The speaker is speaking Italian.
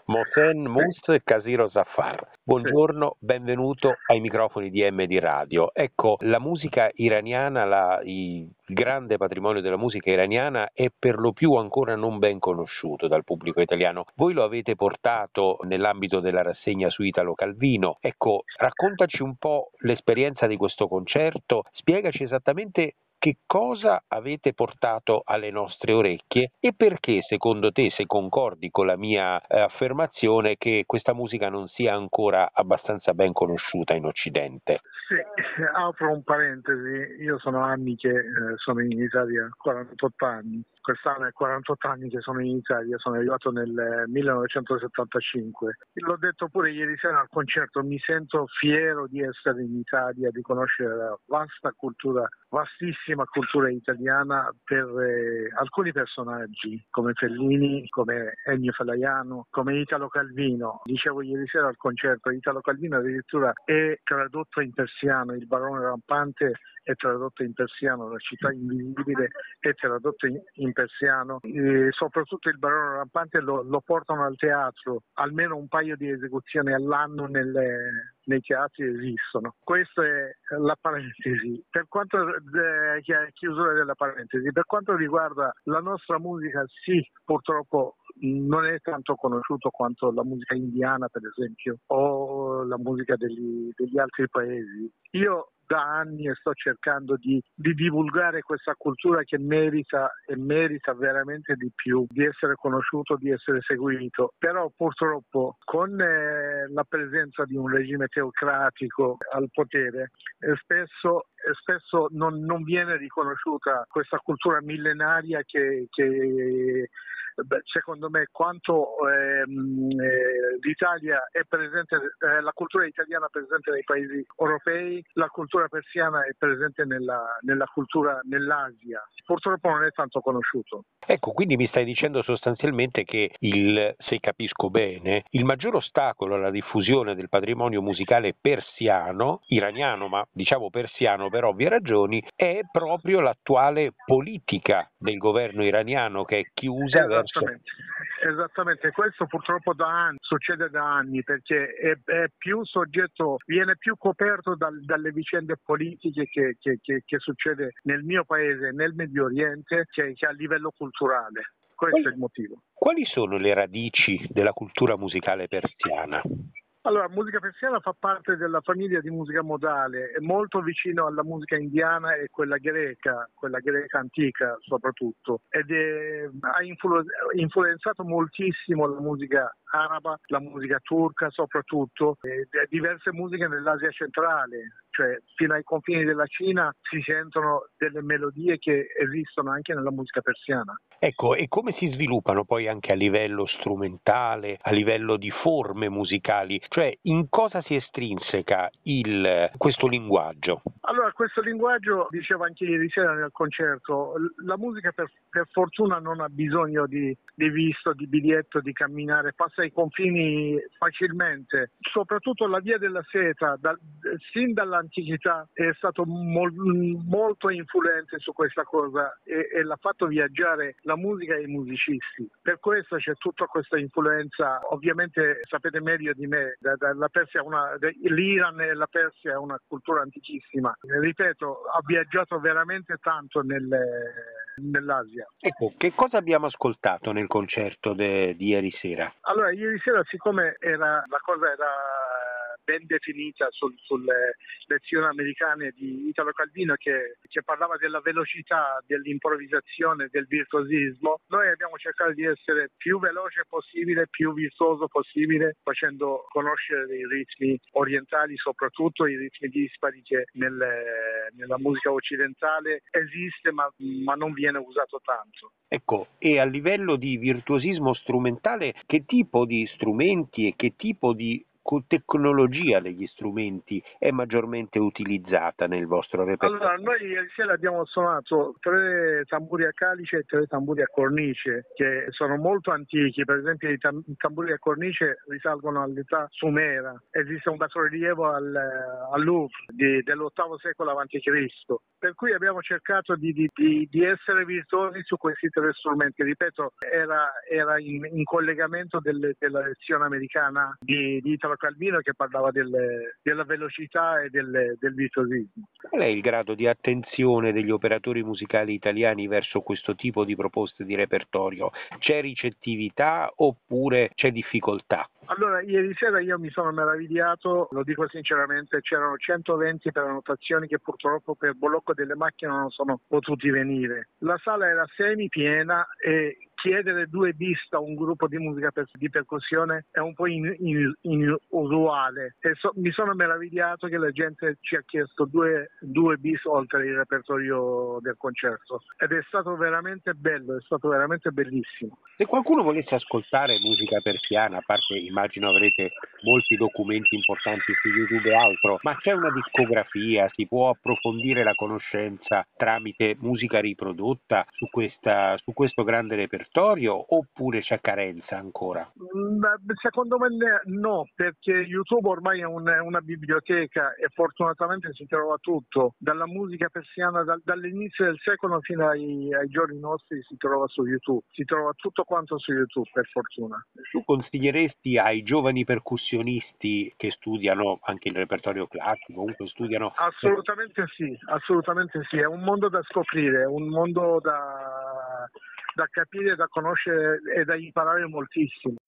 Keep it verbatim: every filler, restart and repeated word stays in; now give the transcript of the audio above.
Mohsen Mus Kasiro Zafar. Sì. Buongiorno, benvenuto ai microfoni di M D Radio. Ecco, la musica iraniana, la- il grande patrimonio della musica iraniana è per lo più ancora non ben conosciuto dal pubblico italiano. Voi lo avete portato nell'ambito della rassegna su Italo Calvino. Ecco, raccontaci un po' l'esperienza di questo concerto, spiegaci esattamente che cosa avete portato alle nostre orecchie e perché secondo te, se concordi con la mia eh, affermazione, che questa musica non sia ancora abbastanza ben conosciuta in Occidente? Sì, apro un parentesi, io sono anni che eh, sono in Italia, quarantotto anni, quest'anno è quarantotto anni che sono in Italia, sono arrivato nel eh, millenovecentosettantacinque. L'ho detto pure ieri sera al concerto, mi sento fiero di essere in Italia, di conoscere la vasta cultura, vastissima cultura italiana per eh, alcuni personaggi come Fellini, come Ennio Felaiano, come Italo Calvino. Dicevo ieri sera al concerto, Italo Calvino addirittura è tradotto in persiano, Il barone rampante è tradotto in persiano, La città invisibile è tradotto in, in persiano, e soprattutto Il barone rampante lo, lo portano al teatro, almeno un paio di esecuzioni all'anno nelle, nei teatri esistono. Questa è la parentesi. Per quanto eh, chiusura della parentesi, per quanto riguarda la nostra musica, sì, purtroppo non è tanto conosciuto quanto la musica indiana, per esempio, o la musica degli, degli altri paesi. Io da anni sto cercando di, di divulgare questa cultura che merita e merita veramente di più, di essere conosciuto, di essere seguito. Però purtroppo con eh, la presenza di un regime teocratico al potere, eh, spesso, eh, spesso non, non viene riconosciuta questa cultura millenaria che, che Beh, secondo me quanto ehm, eh, l'Italia è presente, eh, la cultura italiana è presente nei paesi europei, la cultura persiana è presente nella, nella cultura nell'Asia. Purtroppo non è tanto conosciuto. Ecco, quindi mi stai dicendo sostanzialmente che il, se capisco bene, il maggior ostacolo alla diffusione del patrimonio musicale persiano, iraniano, ma diciamo persiano per ovvie ragioni, è proprio l'attuale politica del governo iraniano, che è chiusa verso... Esattamente, esattamente, questo purtroppo da anni, succede da anni perché è, è più soggetto, viene più coperto dal, dalle vicende politiche che, che, che, che succede nel mio paese, nel Medio Oriente, che, che a livello culturale. Questo è il motivo. Quali sono le radici della cultura musicale persiana? Allora, musica persiana fa parte della famiglia di musica modale, è molto vicino alla musica indiana e quella greca, quella greca antica soprattutto, ed è, ha influ- influenzato moltissimo la musica araba, la musica turca soprattutto, e diverse musiche nell'Asia centrale, cioè fino ai confini della Cina si sentono delle melodie che esistono anche nella musica persiana. Ecco, e come si sviluppano poi anche a livello strumentale, a livello di forme musicali? Cioè, in cosa si estrinseca il, questo linguaggio? Allora, questo linguaggio, dicevo anche ieri sera nel concerto, la musica per, per fortuna non ha bisogno di, di visto, di biglietto, di camminare, passa i confini facilmente. Soprattutto la via della seta, da, sin dall'antichità, è stato mol, molto influente su questa cosa e, e l'ha fatto viaggiare la musica e i musicisti. Per questo c'è tutta questa influenza, ovviamente sapete meglio di me, da, da, la Persia una, l'Iran e la Persia è una cultura antichissima. Ripeto, ha viaggiato veramente tanto nelle, nell'Asia. Ecco, che cosa abbiamo ascoltato nel concerto de, di ieri sera? Allora, ieri sera, siccome era, la cosa era ben definita sul, sulle lezioni americane di Italo Calvino che, che parlava della velocità, dell'improvvisazione, del virtuosismo, noi abbiamo cercato di essere più veloce possibile, più virtuoso possibile, facendo conoscere i ritmi orientali, soprattutto i ritmi dispari che nelle, nella musica occidentale esiste ma, ma non viene usato tanto. Ecco, e a livello di virtuosismo strumentale, che tipo di strumenti e che tipo di co- tecnologia degli strumenti è maggiormente utilizzata nel vostro repertorio? Allora, noi ieri sera abbiamo suonato tre tamburi a calice e tre tamburi a cornice, che sono molto antichi. Per esempio i, tam- i tamburi a cornice risalgono all'età sumera. Esiste un bassorilievo al, al Louvre di- dell'ottavo secolo avanti Cristo. Per cui abbiamo cercato di, di- di- di essere virtuosi su questi tre strumenti. Ripeto, era, era in, in collegamento delle- della lezione americana di, di Italo Calvino, che parlava delle- della velocità e del, del virtuosismo. Qual è il grado di attenzione degli operatori musicali italiani verso questo tipo di proposte di repertorio? C'è ricettività oppure c'è difficoltà? Allora, ieri sera io mi sono meravigliato, lo dico sinceramente, c'erano centoventi prenotazioni che purtroppo per blocco delle macchine non sono potuti venire. La sala era semipiena e chiedere due bis a un gruppo di musica per, di percussione è un po' in, in, inusuale e so, mi sono meravigliato che la gente ci ha chiesto due, due bis oltre il repertorio del concerto ed è stato veramente bello, è stato veramente bellissimo. Se qualcuno volesse ascoltare musica persiana, a parte immagino avrete molti documenti importanti su YouTube e altro, ma c'è una discografia, si può approfondire la conoscenza tramite musica riprodotta su, questa, su questo grande repertorio oppure c'è carenza ancora? Mm, Secondo me ne- no, perché YouTube ormai è un- è una biblioteca e fortunatamente si trova tutto, dalla musica persiana dal- dall'inizio del secolo fino ai, ai giorni nostri si trova su YouTube, si trova tutto quanto su YouTube per fortuna. Tu consiglieresti ai giovani percussionisti che studiano anche il repertorio classico, comunque studiano... Assolutamente sì, assolutamente sì, è un mondo da scoprire, è un mondo da, da capire, da conoscere e da imparare moltissimo.